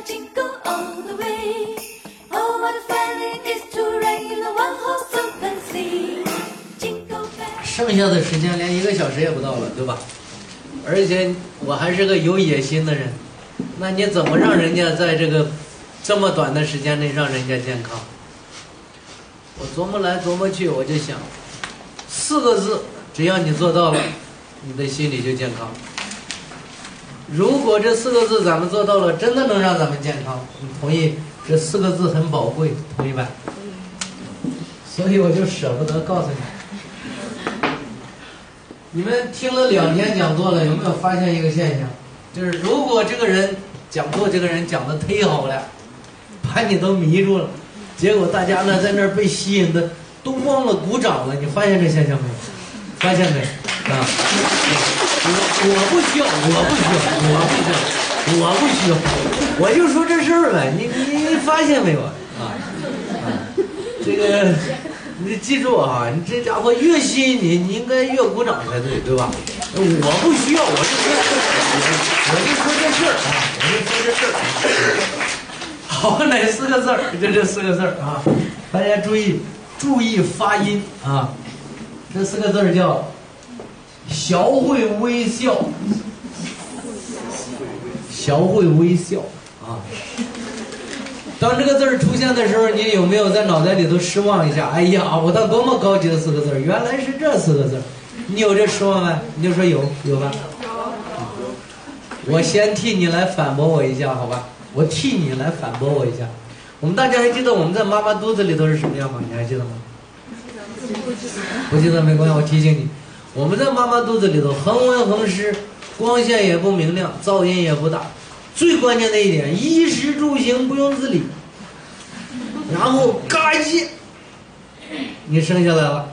jingle all the way. Oh, what a fun it is to ride in a one-horse open sleigh. Jingle bells. 剩下的时间连1个小时也不到了，对吧？而且我还是个有野心的人，那你怎么让人家在这个这么短的时间内让人家健康？我琢磨来琢磨去，我就想，4个字，只要你做到了，你的心理就健康。如果这4个字咱们做到了，真的能让咱们健康，你同意这4个字很宝贵，同意吧？所以我就舍不得告诉你。你们听了2天讲座了，有没有发现一个现象？就是如果这个人讲座，这个人讲的忒好了，把你都迷住了，结果大家呢在那儿被吸引的都忘了鼓掌了。你发现这现象没有？发现没？啊，我不需要，我就说这事儿呗。你发现没有啊？这个你记住啊，你这家伙越吸引你，你应该越鼓掌才对，对吧？我不需要，我就说这事儿啊，好，哪4个字儿？就这4个字儿啊，大家注意发音啊。这4个字儿叫小会微笑，小会微笑啊。当这个字儿出现的时候，你有没有在脑袋里头失望一下？哎呀，我到多么高级的4个字儿，原来是这4个字儿。你有这失望吗？你就说有吧。我先替你来反驳我一下，好吧？我替你来反驳我一下。我们大家还记得我们在妈妈肚子里头是什么样吗？你还记得吗？不记得没关系，我提醒你，我们在妈妈肚子里头恒温恒湿，光线也不明亮，噪音也不大，最关键的一点，衣食住行不用自理，然后嘎叽，你生下来了，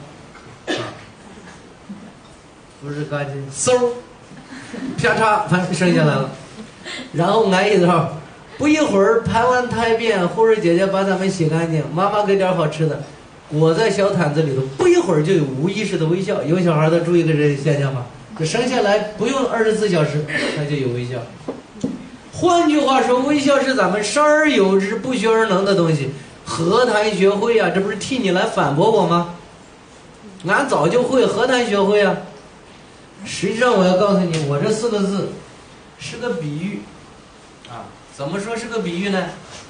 不是嘎叽，嗖，啪嚓，生下来了，然后挨一刀，不一会儿排完胎便，护士姐姐把咱们洗干净，妈妈给点好吃的。我在小毯子里头，不一会儿就有无意识的微笑。有小孩的注意个这现象吗？就生下来不用24小时，他就有微笑。换句话说，微笑是咱们生而有之、不学而能的东西。何谈学会啊？这不是替你来反驳我吗？俺早就会，何谈学会啊？实际上我要告诉你，我这4个字是个比喻啊。怎么说是个比喻呢？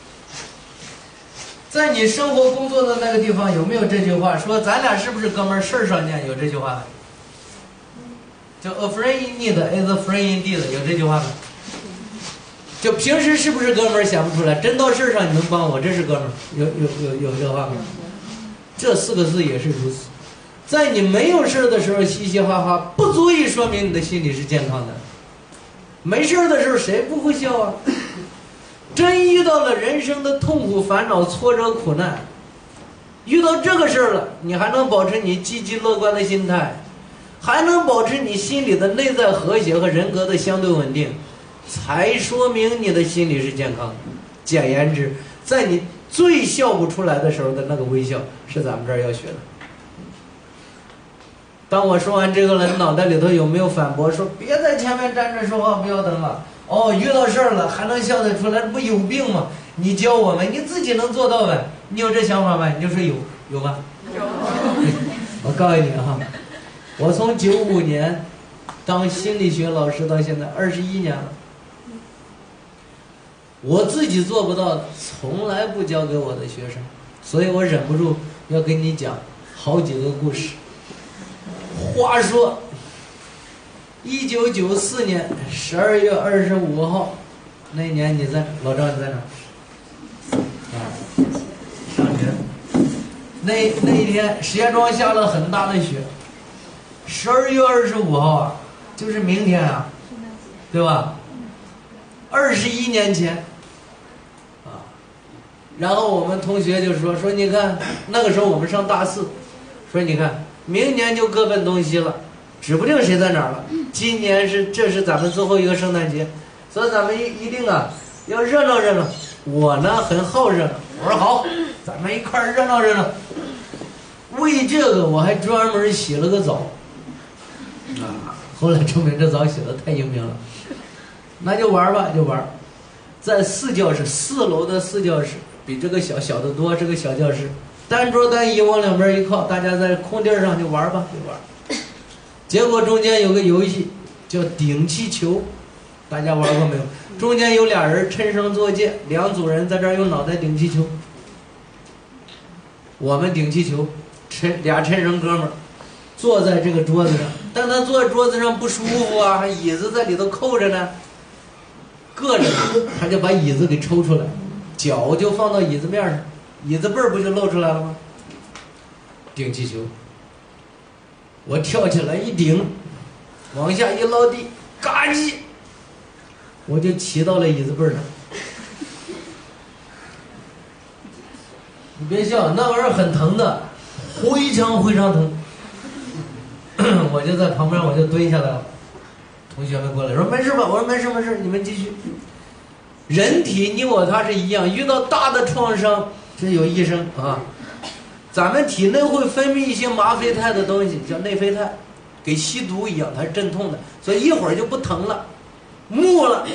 在你生活工作的那个地方，有没有这句话说咱俩是不是哥们儿事儿上见？有这句话没？就 a friend in need is a friend indeed， 有这句话没？就平时是不是哥们儿想不出来，真到事儿上你能帮我，这是哥们儿。有这话没？这4个字也是如此。在你没有事的时候嘻嘻哈哈，不足以说明你的心理是健康的。没事的时候谁不会笑啊？真遇到了人生的痛苦、烦恼、挫折、苦难，遇到这个事儿了，你还能保持你积极乐观的心态，还能保持你心里的内在和谐和人格的相对稳定，才说明你的心理是健康的。简言之，在你最笑不出来的时候的那个微笑，是咱们这儿要学的。当我说完这个了，你脑袋里头有没有反驳说别在前面站着说话，不要等了？哦，遇到事儿了还能笑得出来，不有病吗？你教我们，你自己能做到呗？你有这想法吗？你就说有吧？有。我告诉你哈，我从95年当心理学老师到现在21年了，我自己做不到的，从来不教给我的学生，所以我忍不住要跟你讲好几个故事。话说1994年12月25号那年，你在老赵，你在哪啊？上学。那一天石家庄下了很大的雪，12月25号啊，就是明天啊，对吧？21年前啊。然后我们同学就说你看，那个时候我们上大4，说你看明年就各奔东西了，指不定谁在哪儿了。今年这是咱们最后一个圣诞节，所以咱们一定啊要热闹热闹。我呢很好热闹，我说好，咱们一块儿热闹热闹。为这个我还专门洗了个澡啊，后来证明这澡洗的太英明了。那就玩吧，就玩。 在4教室，4楼的4教室比这个小的多，这个小教室，单桌单椅往两边一靠，大家在空地上就玩吧，就玩。结果中间有个游戏叫顶气球，大家玩过没有？中间有俩人抻绳坐箭，2组人在这儿用脑袋顶气球。我们顶气球，俩抻绳哥们儿坐在这个桌子上，但他坐在桌子上不舒服啊，还椅子在里头扣着呢，硌着呢，他就把椅子给抽出来，脚就放到椅子面上，椅子背儿不就露出来了吗？顶气球，我跳起来一顶，往下一落地，嘎叽，我就骑到了椅子背上。你别笑，那玩意儿很疼的，非常疼。我就在旁边，我就蹲下来了。同学们过来说没事吧？我说没事，你们继续。人体你我他是一样，遇到大的创伤，这有医生啊，咱们体内会分泌一些吗啡肽的东西，叫内啡肽，给吸毒一样，它是镇痛的，所以一会儿就不疼了，木了。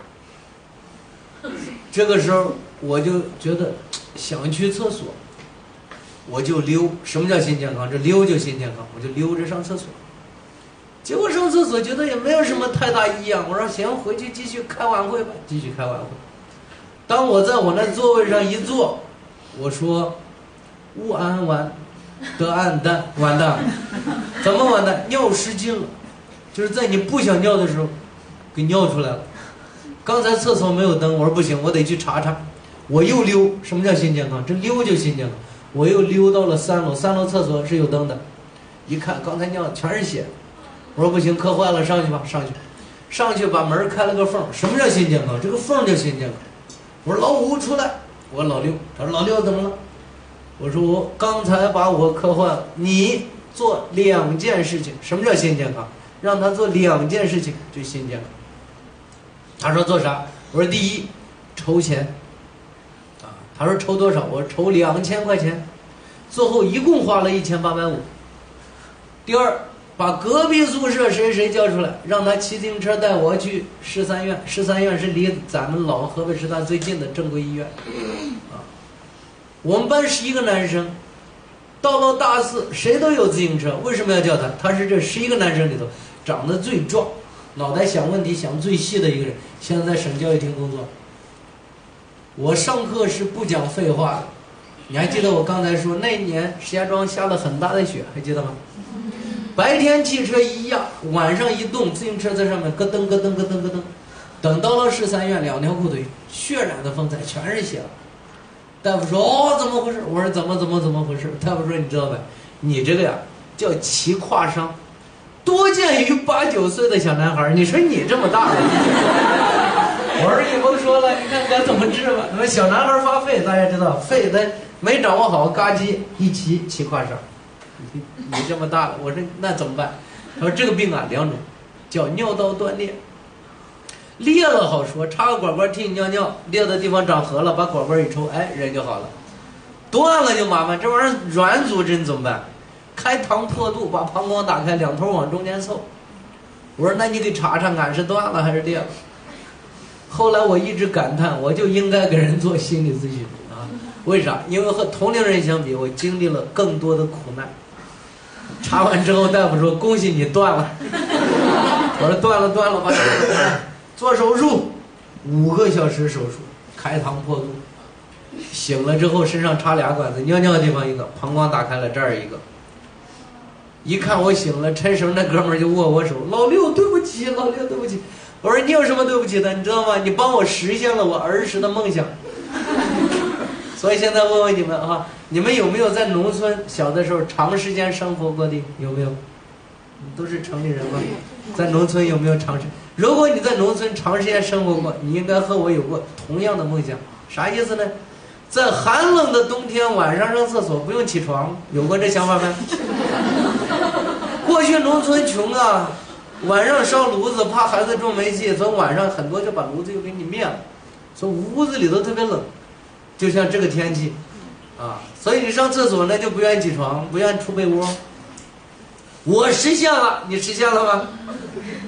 这个时候我就觉得想去厕所，我就溜。什么叫新健康？这溜就新健康，我就溜着上厕所。结果上厕所觉得也没有什么太大异样，我说行，回去继续开晚会吧，继续开晚会。当我在我那座位上一坐，我说勿安完得暗淡，完蛋了。怎么完蛋？尿失禁了，就是在你不想尿的时候给尿出来了。刚才厕所没有灯，我说不行，我得去查查。我又溜。什么叫新健康？这溜就新健康。我又溜到了3楼，3楼厕所是有灯的，一看刚才尿全是血，我说不行，磕坏了，上去吧，上去把门开了个缝。什么叫新健康？这个缝叫新健康。我说老五出来，我说老六，他说老六怎么了？我说我刚才把我磕坏了，你做2件事情。什么叫新健康？让他做2件事情就新健康。他说做啥？我说第一，筹钱啊。他说筹多少？我说筹2000块钱，最后一共花了1850。第二，把隔壁宿舍谁叫出来，让他骑自行车带我去13院。13院是离咱们老河北师大最近的正规医院啊。我们班11个男生，到了大4谁都有自行车。为什么要叫他？他是这11个男生里头长得最壮，脑袋想问题想最细的一个人。现在在省教育厅工作。我上课是不讲废话的。你还记得我刚才说那年石家庄下了很大的雪，还记得吗？白天汽车一压，晚上一动，自行车在上面咯噔咯噔咯噔咯噔。等到了13院，2条裤腿血染的风采，全是血了。大夫说哦怎么回事？我说怎么回事？大夫说你知道呗，你这个呀叫骑胯伤，多见于8、9岁的小男孩。你说你这么大了，我说你甭说了，你看该怎么治吧。那小男孩发肺，大家知道肺他没掌握好，嘎叽一骑胯伤。你这么大了，我说那怎么办？他说这个病啊2种，叫尿道断裂。裂了好说，插个管管替你尿尿，裂的地方长河了，把管管一抽，哎，人就好了。断了就麻烦，这玩意儿软组织你怎么办？开膛破肚，把膀胱打开，2头往中间凑。我说那你给查查看是断了还是裂了。后来我一直感叹，我就应该给人做心理咨询啊。为啥？因为和同龄人相比，我经历了更多的苦难。查完之后，大夫说恭喜你断了。我说断了，把手做手术，5个小时手术，开膛破肚。醒了之后身上插2管子，尿尿的地方一个，膀胱打开了这儿一个。一看我醒了，抻绳那哥们儿就握我手，老六对不起，老六对不起。我说你有什么对不起的？你知道吗？你帮我实现了我儿时的梦想。所以现在问问你们啊，你们有没有在农村小的时候长时间生活过的？有没有？都是城里人吗？在农村有没有长时？如果你在农村长时间生活过，你应该和我有过同样的梦想。啥意思呢？在寒冷的冬天晚上上厕所不用起床，有过这想法没？过去农村穷啊，晚上烧炉子怕孩子中煤气，所以晚上很多就把炉子又给你灭了，所以屋子里头特别冷。就像这个天气啊，所以你上厕所呢就不愿意起床，不愿意出被窝。我实现了，你实现了吗？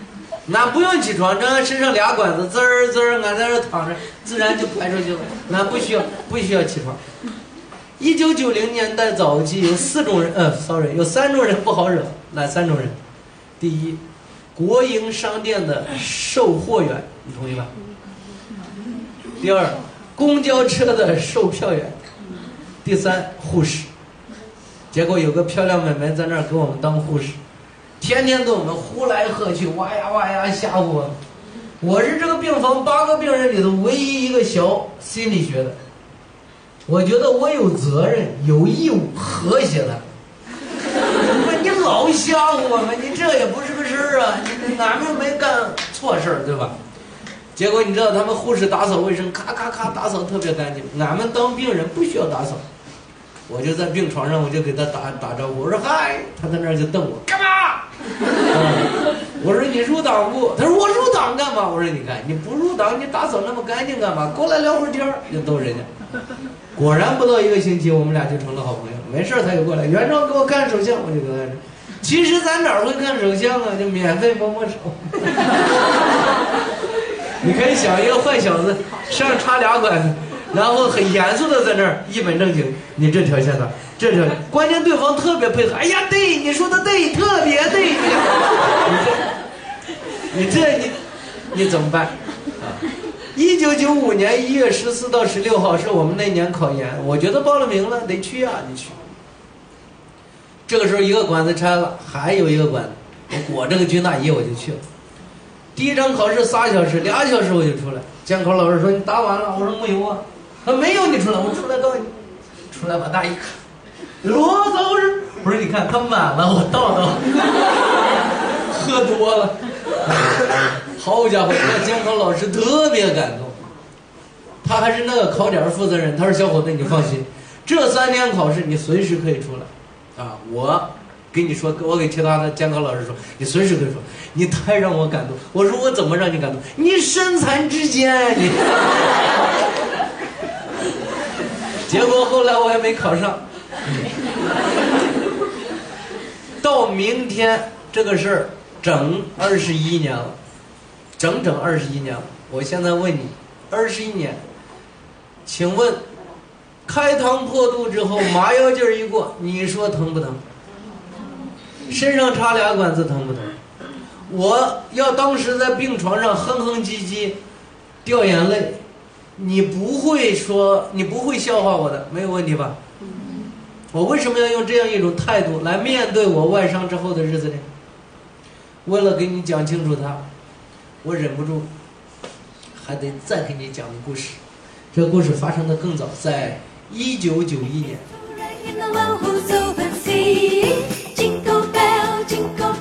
俺不用起床，这身上俩管子，滋儿滋儿，俺在这躺着，自然就排出去了。俺不需要起床。1990年代早期有3种人不好惹，哪3种人？第一，国营商店的售货员，你同意吧？第二，公交车的售票员。第三，护士。结果有个漂亮妹妹在那儿给我们当护士，天天对我们呼来喝去，哇呀哇呀吓唬我们。我是这个病房8个病人里头唯一一个学心理学的，我觉得我有责任有义务和谐的。你老吓唬我们，你这也不是个事儿啊！俺们没干错事儿，对吧？结果你知道他们护士打扫卫生，咔咔咔打扫特别干净，俺们当病人不需要打扫。我就在病床上，我就给他打招呼，我说嗨，他在那儿就瞪我，干嘛？我说你入党不？他说我入党干嘛？我说你看你不入党，你打扫那么干净干嘛？过来聊会儿天儿，就逗人家。果然不到1个星期，我们俩就成了好朋友。没事他就过来，元璋给我看手相，我就跟他说。其实咱哪会看手相啊？就免费摸摸手。你可以想一个坏小子，身上插俩管子。然后很严肃的在那儿一本正经，你这条线的，这条，关键对方特别配合。哎呀，对，你说的对，特别对。你怎么办？啊！1995年1月14到16号是我们那年考研，我觉得报了名了，得去啊，你去。这个时候一个管子拆了，还有一个管子，我裹着个军大衣我就去了。第一场考试3小时，2小时我就出来。监考老师说你答完了，我说没有啊。他没有，你出来，我出来告诉你，出来把大衣看，罗老师，我说你看他满了，我倒，喝多了，好家伙，那监考老师特别感动，他还是那个考点负责人，他说小伙子你放心，这3天考试你随时可以出来，啊，我跟你说，我给其他的监考老师说，你随时可以说，你太让我感动，我说我怎么让你感动？你身残志坚，你。结果后来我也没考上。到明天这个事儿整21年了，整21年了。我现在问你，21年，请问开膛破肚之后麻药劲儿一过，你说疼不疼？身上插俩管子疼不疼？我要当时在病床上哼哼唧唧掉眼泪，你不会笑话我的，没有问题吧？我为什么要用这样一种态度来面对我外伤之后的日子呢？为了给你讲清楚它，我忍不住还得再给你讲个故事。这个故事发生的更早，在1991年。 In the one who's open sea, jingle bell, jingle